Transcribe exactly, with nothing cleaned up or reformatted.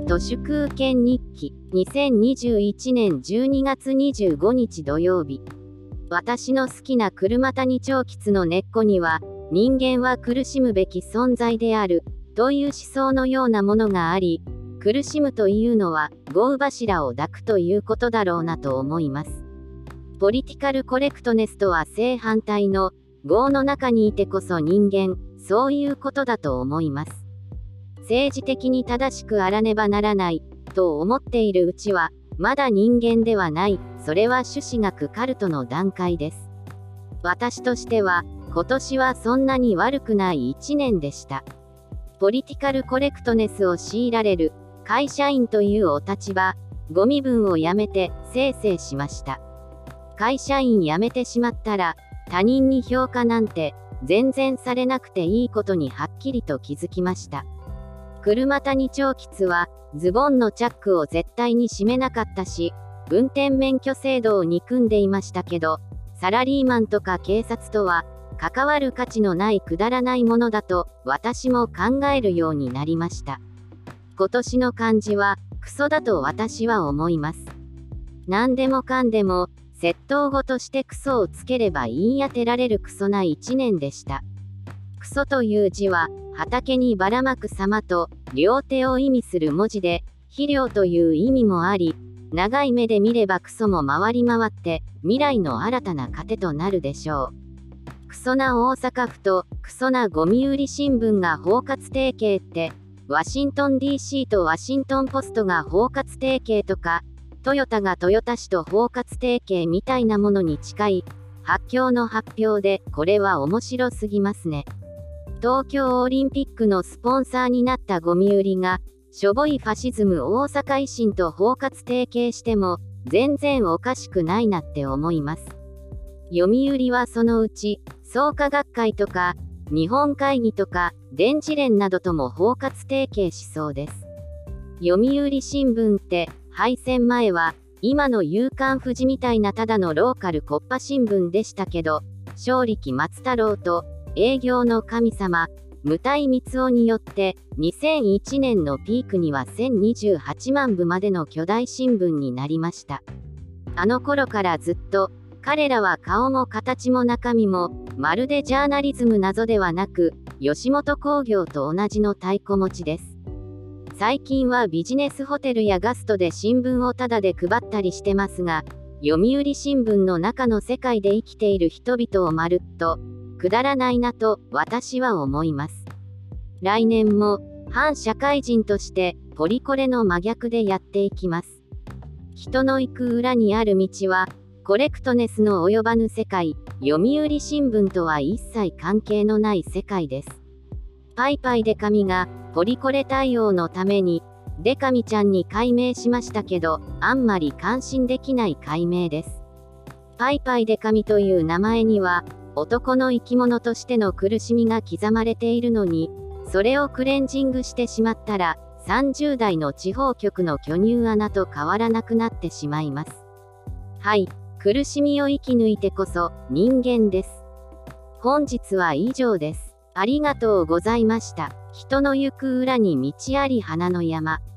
都市空間日記にせんにじゅういちねんじゅうにがつにじゅうごにち土曜日。私の好きな車谷長吉の根っこには、人間は苦しむべき存在であるという思想のようなものがあり、苦しむというのは業柱を抱くということだろうなと思います。ポリティカルコレクトネスとは正反対の業の中にいてこそ人間、そういうことだと思います。政治的に正しくあらねばならないと思っているうちはまだ人間ではない。それは朱子学カルトの段階です。私としては今年はそんなに悪くないいちねんでした。ポリティカルコレクトネスを強いられる会社員というお立場、ご身分をやめてせいせいしました。会社員辞めてしまったら他人に評価なんて全然されなくていいことにはっきりと気づきました。車谷長吉はズボンのチャックを絶対に閉めなかったし、運転免許制度を憎んでいましたけど、サラリーマンとか警察とは関わる価値のないくだらないものだと私も考えるようになりました。今年の漢字はクソだと私は思います。何でもかんでも窃盗語としてクソをつければ言い当てられるクソな一年でした。クソという字は畑にばらまく様と両手を意味する文字で、肥料という意味もあり、長い目で見ればクソも回り回って未来の新たな糧となるでしょう。クソな大阪府とクソなゴミ売り新聞が包括提携って、ワシントン ディーシー とワシントンポストが包括提携とか、トヨタが豊田市と包括提携みたいなものに近い発狂の発表で、これは面白すぎますね。東京オリンピックのスポンサーになったゴミ売りが、しょぼいファシズム大阪維新と包括提携しても、全然おかしくないなって思います。読売はそのうち、創価学会とか、日本会議とか、電磁連などとも包括提携しそうです。読売新聞って、敗戦前は、今の夕刊フジみたいなただのローカルコッパ新聞でしたけど、正力松太郎と、営業の神様、向井光雄によってにせんいちねんのピークにはせんにじゅうはちまんぶまでの巨大新聞になりました。あの頃からずっと彼らは顔も形も中身もまるでジャーナリズム謎ではなく吉本興業と同じの太鼓持ちです。最近はビジネスホテルやガストで新聞をタダで配ったりしてますが、読売新聞の中の世界で生きている人々をまるっとくだらないなと私は思います。来年も反社会人としてポリコレの真逆でやっていきます。人の行く裏にある道はコレクトネスの及ばぬ世界、読売新聞とは一切関係のない世界です。パイパイデカミがポリコレ対応のためにデカミちゃんに改名しましたけど、あんまり感心できない改名です。パイパイデカミという名前には男の生き物としての苦しみが刻まれているのに、それをクレンジングしてしまったらさんじゅうだいの地方局の巨乳穴と変わらなくなってしまいます。はい、苦しみを生き抜いてこそ人間です。本日は以上です。ありがとうございました。人の行く裏に道あり花の山。